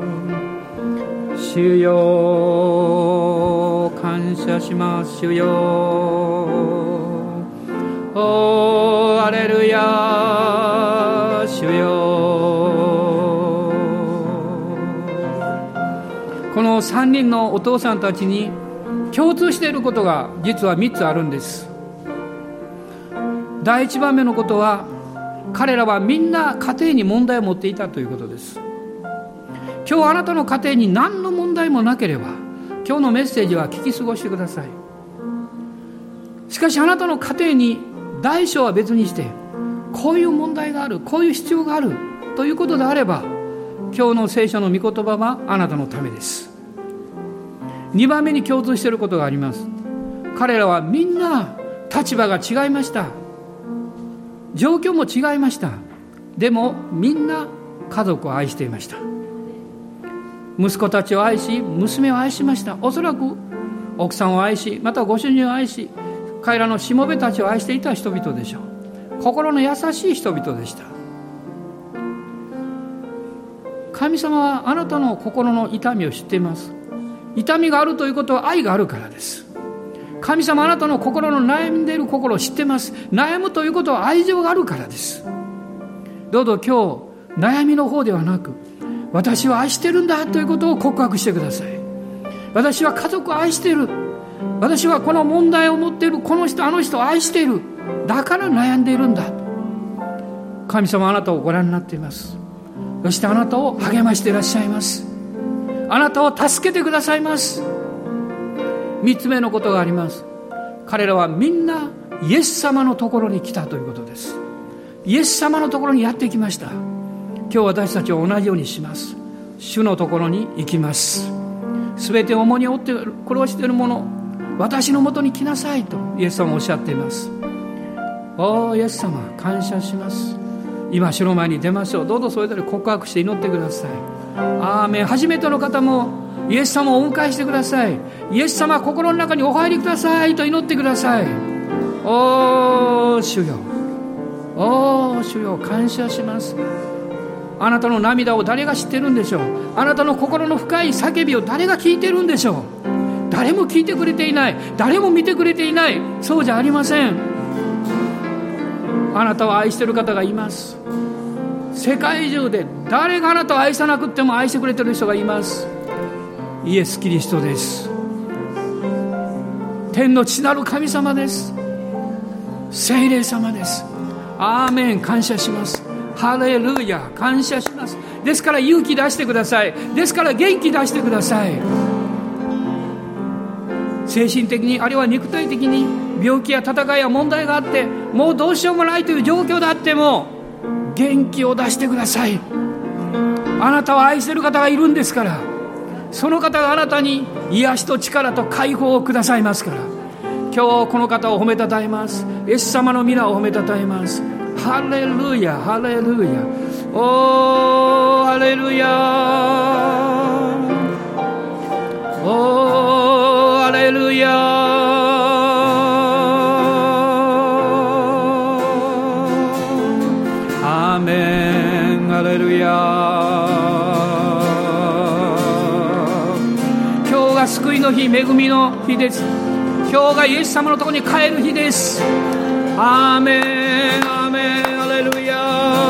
主よ感謝します。主よ、おー、ハレルヤ。主よ、この3人のお父さんたちに共通していることが実は3つあるんです。第1番目のことは、彼らはみんな家庭に問題を持っていたということです。今日あなたの家庭に何の問題もなければ、今日のメッセージは聞き過ごしてください。しかしあなたの家庭に大小は別にして、こういう問題がある、こういう必要があるということであれば、今日の聖書の御言葉はあなたのためです。2番目に共通していることがあります。彼らはみんな立場が違いました。状況も違いました。でもみんな家族を愛していました。息子たちを愛し、娘を愛しました。おそらく奥さんを愛し、またご主人を愛し、彼らのしもべたちを愛していた人々でしょう。心の優しい人々でした。神様はあなたの心の痛みを知っています。痛みがあるということは愛があるからです。神様はあなたの心の悩んでいる心を知っています。悩むということは愛情があるからです。どうぞ今日悩みの方ではなく、私は愛してるんだということを告白してください。私は家族を愛している。私はこの問題を持っているこの人あの人を愛している。だから悩んでいるんだ。神様はあなたをご覧になっています。そしてあなたを励ましていらっしゃいます。あなたを助けてくださいます。3つ目のことがあります。彼らはみんなイエス様のところに来たということです。イエス様のところにやってきました。今日私たちは同じようにします。主のところに行きます。すべて重荷を負って苦労しているもの、私のもとに来なさいとイエス様おっしゃっています。おー、イエス様感謝します。今主の前に出ましょう。どうぞそれぞれ告白して祈ってください。アーメン。初めての方もイエス様をお迎えしてください。イエス様心の中にお入りくださいと祈ってください。おー、主よ、おー、主よ感謝します。あなたの涙を誰が知ってるんでしょう。あなたの心の深い叫びを誰が聞いてるんでしょう。誰も聞いてくれていない。誰も見てくれていない。そうじゃありません。あなたを愛している方がいます。世界中で誰があなたを愛さなくても愛してくれている人がいます。イエス・キリストです。天の父なる神様です。聖霊様です。アーメン。感謝します。ハレルヤ、感謝します。ですから勇気出してください。ですから元気出してください。精神的にあるいは肉体的に病気や戦いや問題があって、もうどうしようもないという状況であっても元気を出してください。あなたは愛せる方がいるんですから、その方があなたに癒しと力と解放をくださいますから、今日この方を褒めたたえます。イエス様の皆を褒めたたえます。ハレルヤ、ハレルヤ、おー、ハレルヤ、おー、ハレルヤ、アーメン、ハレルヤ。今日が救いの日、恵みの日です。今日がイエス様のところに帰る日です。アーメン、アーメン、ハレルヤ。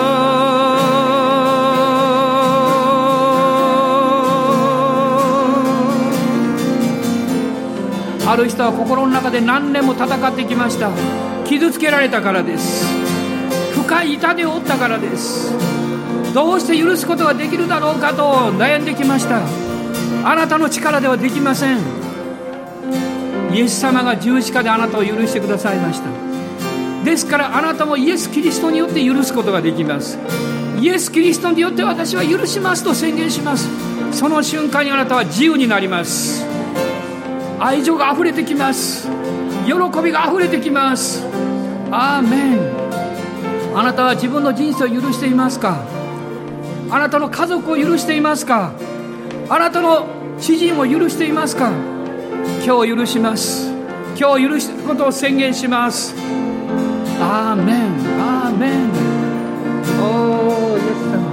ある人は心の中で何年も戦ってきました。傷つけられたからです。深い痛手を負ったからです。どうして許すことができるだろうかと悩んできました。あなたの力ではできません。イエス様が十字架であなたを許してくださいました。 ですからあなたもイエス・キリストによって許すことができます。イエス・キリストによって私は許しますと宣言します。その瞬間にあなたは自由になります。愛情があふれてきます。喜びがあふれてきます。アーメン。あなたは自分の人生を許していますか？あなたの家族を許していますか？あなたの知人を許していますか？今日許します。今日許すことを宣言します。アーメン、アーメン。おー、イエス様。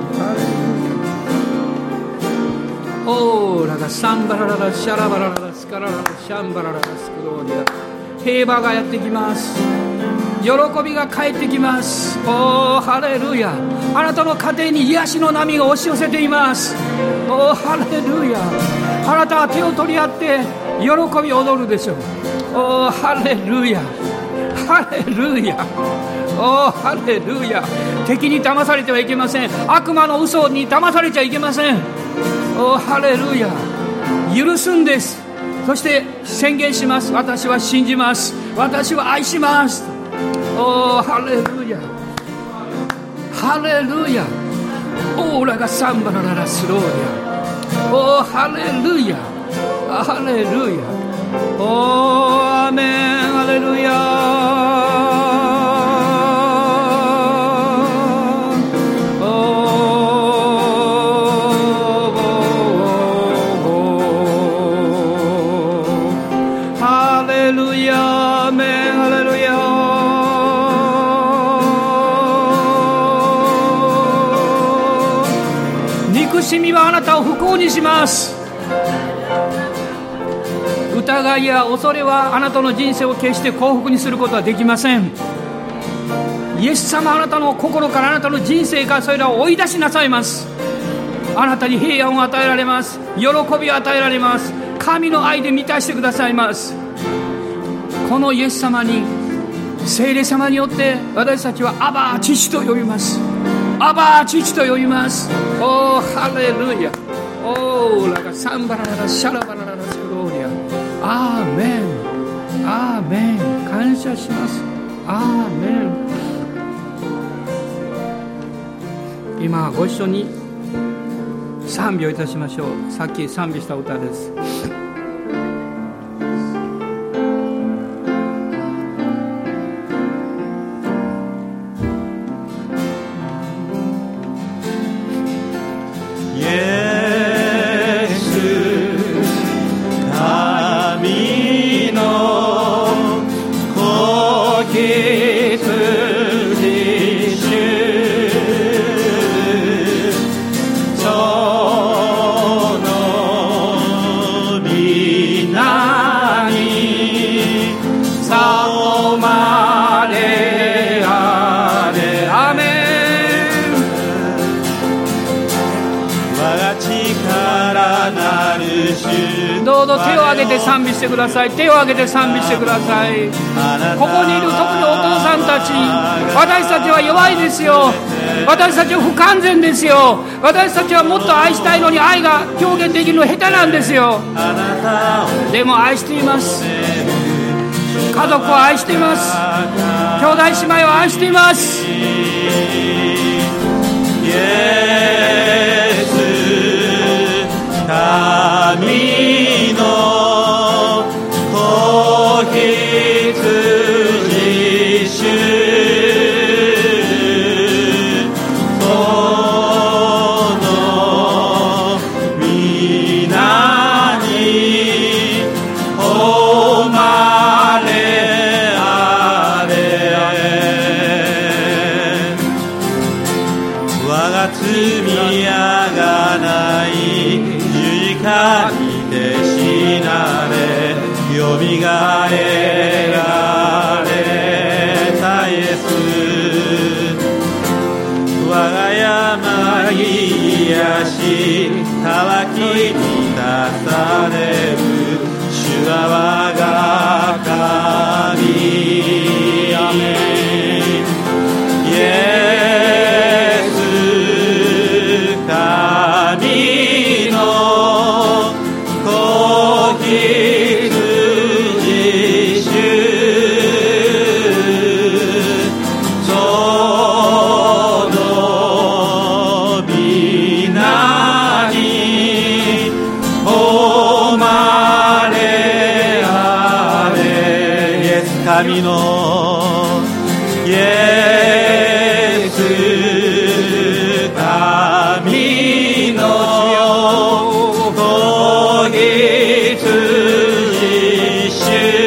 オーラがサンバラララシャラバラララスカラララシャンバラララスクローリア。平和がやってきます。喜びが帰ってきます。おー、ハレルヤ。あなたの家庭に癒しの波が押し寄せています。おー、ハレルヤ。あなたは手を取り合って喜び踊るでしょう。おー、ハレルヤ、ハレルヤ。おー、ハレルヤ。敵に騙されてはいけません。悪魔の嘘に騙されちゃいけません。おー、ハレルヤ。許すんです。そして宣言します。私は信じます。私は愛します。おー、ハレルヤ、ハレルヤ。オーラがサンバラララスローリア。おー、ハレルヤ、ハレルヤ。おー、アーメン、ハレルヤ。憎しみはあなたを不幸にします。疑いや恐れはあなたの人生を決して幸福にすることはできません。イエス様、あなたの心から、あなたの人生からそれらを追い出しなさいます。あなたに平安を与えられます。喜びを与えられます。神の愛で満たしてくださいます。このイエス様に、聖霊様によって私たちはアバー父と呼びます。アバー父と呼びます。おー、ハレルヤ。おー、ラガサンバラララシャラバラララスクローリア。アーメン、アーメン。感謝します。アーメン。今ご一緒に賛美をいたしましょう。さっき賛美した歌です。どうぞ手を挙げて賛美してください。手を挙げて賛美してください。ここにいる特にお父さんたち、私たちは弱いですよ。私たちは不完全ですよ。私たちはもっと愛したいのに愛が表現できるの下手なんですよ。でも愛しています。家族を愛しています。兄弟姉妹を愛しています。イエス神の子羊主、その皆に誉れあれ。我が罪あがない神で死なれ、よみがえられたイエス。我が病癒し、渇きに出される、主は我が神。アメン。イエス神の羊主、 神のイエス神の子羊主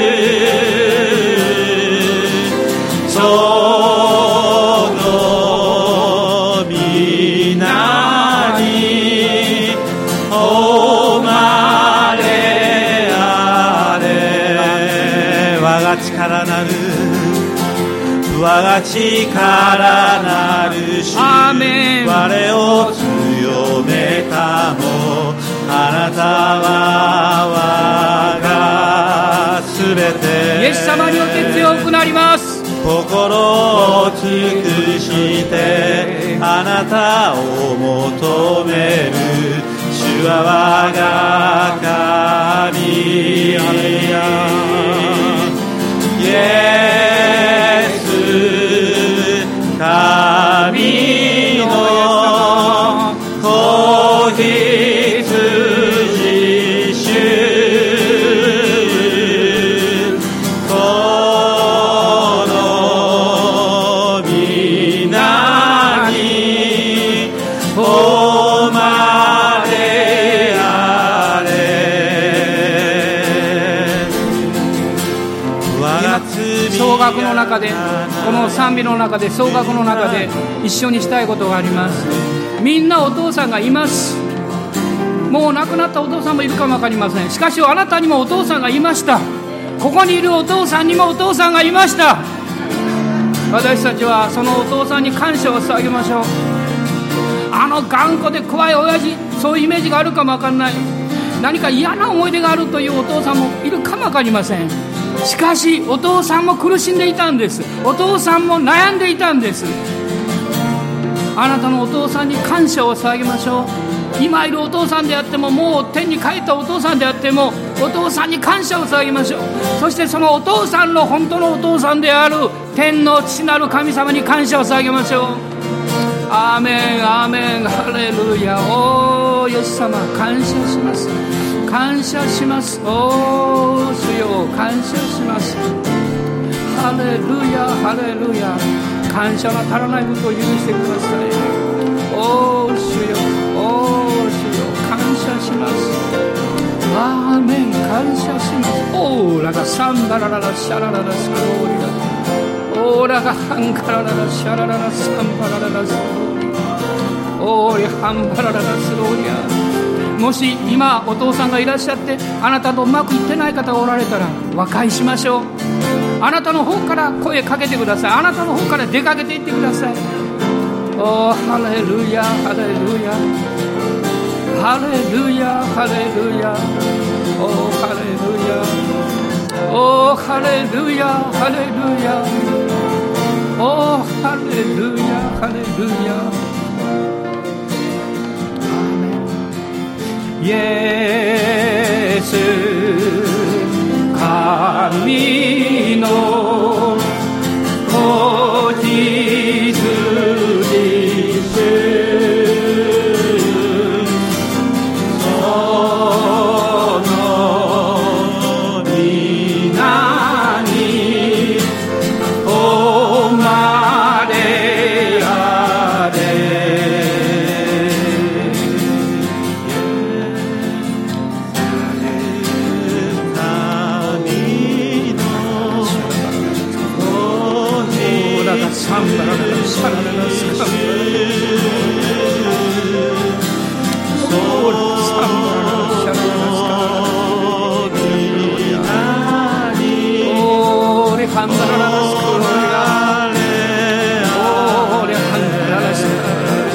その皆にお生まれあれ我が力なる我が力なる主アーメン。 我を強めたもあなたは我がすべてイエス様によって強くなります。 心を尽くしてあなたを求める主は我が神イエス神の子羊主この皆にお生まれあれ総額の中でこの賛美の中で総額の中で一緒にしたいことがあります。みんなお父さんがいます。もう亡くなったお父さんもいるかも分かりません。しかしあなたにもお父さんがいました。ここにいるお父さんにもお父さんがいました。私たちはそのお父さんに感謝を捧げましょう。あの頑固で怖い親父、そういうイメージがあるかも分かんない。何か嫌な思い出があるというお父さんもいるかも分かりません。しかしお父さんも苦しんでいたんです。お父さんも悩んでいたんです。あなたのお父さんに感謝を捧げましょう。今いるお父さんであっても、もう天に帰ったお父さんであっても、お父さんに感謝を捧げましょう。そしてそのお父さんの本当のお父さんである天の父なる神様に感謝を捧げましょう。アーメンアーメンハレルヤ。おーイエス様感謝します、感謝します。おー主よ感謝します。ハレルヤハレルヤ。感謝が足らないことを許してください。おー主よおー主よ感謝します。アーメン感謝します。オーラがサンバラララシャラララスローリラ、オーラがハンカラララシャラララサンバラララスローリ、オーリハンバラララスローリア。もし今お父さんがいらっしゃってあなたとうまくいってない方がおられたら和解しましょう。あなたの方から声かけてください。あなたの方から出かけていってください。おーハレルヤハレルヤハレルヤハレルヤ。おーハレルヤおーハレルヤハレルヤおーハレルヤハレルヤ。イエス神の子羊主その皆にお生まれあれ。サンバラララシャラララスカンバラオーラサンバラララシャラララスカオーレハンバラララスカロリアオーレハンバララスカロ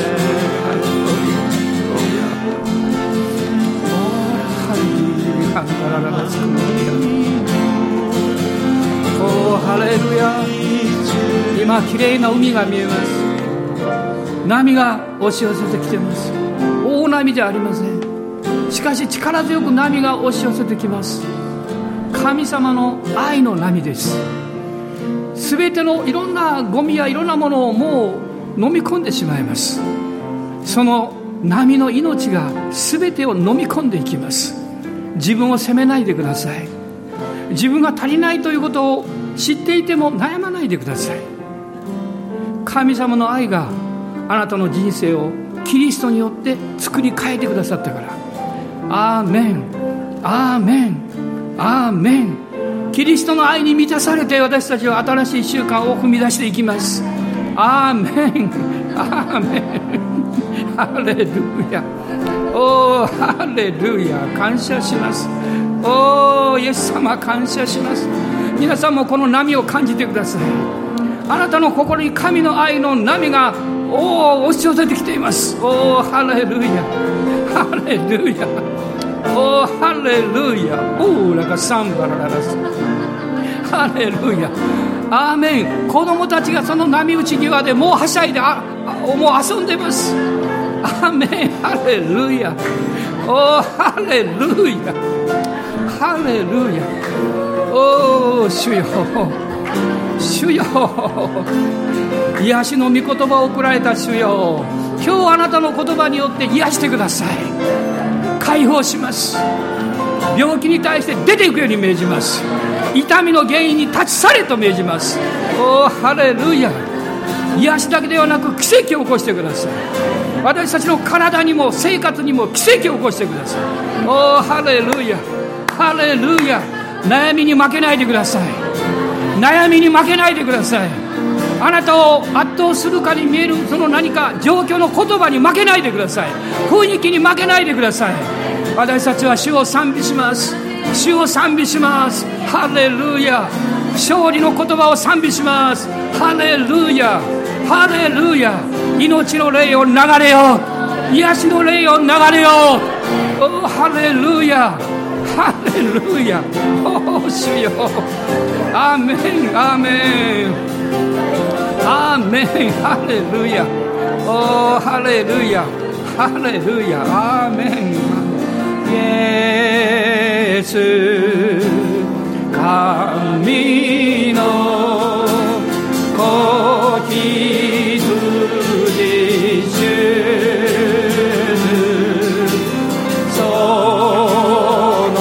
リアオーレハンバラララスカロリア。おーハレルヤ。今きれいな海が見えます。波が押し寄せてきています。大波じゃありません。しかし力強く波が押し寄せてきます。神様の愛の波です。すべてのいろんなゴミやいろんなものをもう飲み込んでしまいます。その波の命がすべてを飲み込んでいきます。自分を責めないでください。自分が足りないということを知っていても悩まないでください。神様の愛があなたの人生をキリストによって作り変えてくださったから。アーメン、アーメン、アーメン。キリストの愛に満たされて、私たちは新しい習慣を踏み出していきます。アーメン、アーメン、ハレルヤ、おーハレルヤ、感謝します。おーイエス様、感謝します。皆さんもこの波を感じてください。あなたの心に神の愛の波が押し寄せてきています。おーハレルヤ、ハレルヤ、おーハレルヤ、オーラがサンバラララス、ハレルヤ、アーメン。子供たちがその波打ち際でもうはしゃいでもう遊んでます。アーメン、ハレルヤ、おーハレルヤ、ハレルヤ、おー主よ、主よ、癒しの御言葉を送られた主よ、今日あなたの言葉によって癒してください。解放します。病気に対して出ていくように命じます。痛みの原因に立ち去れと命じます。おーハレルヤ。癒しだけではなく奇跡を起こしてください。私たちの体にも生活にも奇跡を起こしてください。おーハレルヤ、ハレルヤ。悩みに負けないでください。悩みに負けないでください。あなたを圧倒するかに見えるその何か状況の言葉に負けないでください。雰囲気に負けないでください。私たちは主を賛美します。主を賛美します。ハレルヤ。勝利の言葉を賛美します。ハレルヤ、ハレルヤ。命の霊を流れよ、癒しの霊を流れよ。おハレルヤ、ハレルヤ。お主よ、アーメン、アーメン、アーメン、ハレルヤ。おハレルヤ、ハレルヤ、アーメン。イエス神の子羊主、その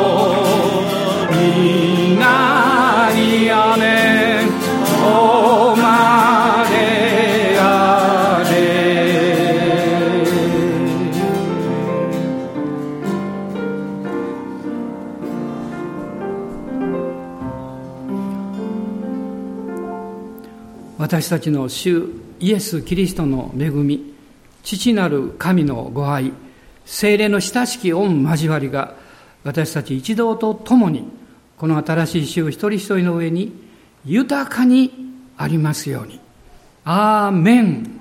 皆にアメン、おまれあれ。私たちの主イエス・キリストの恵み、父なる神のご愛、聖霊の親しき御交わりが私たち一同と共にこの新しい週一人一人の上に豊かにありますように。アーメン。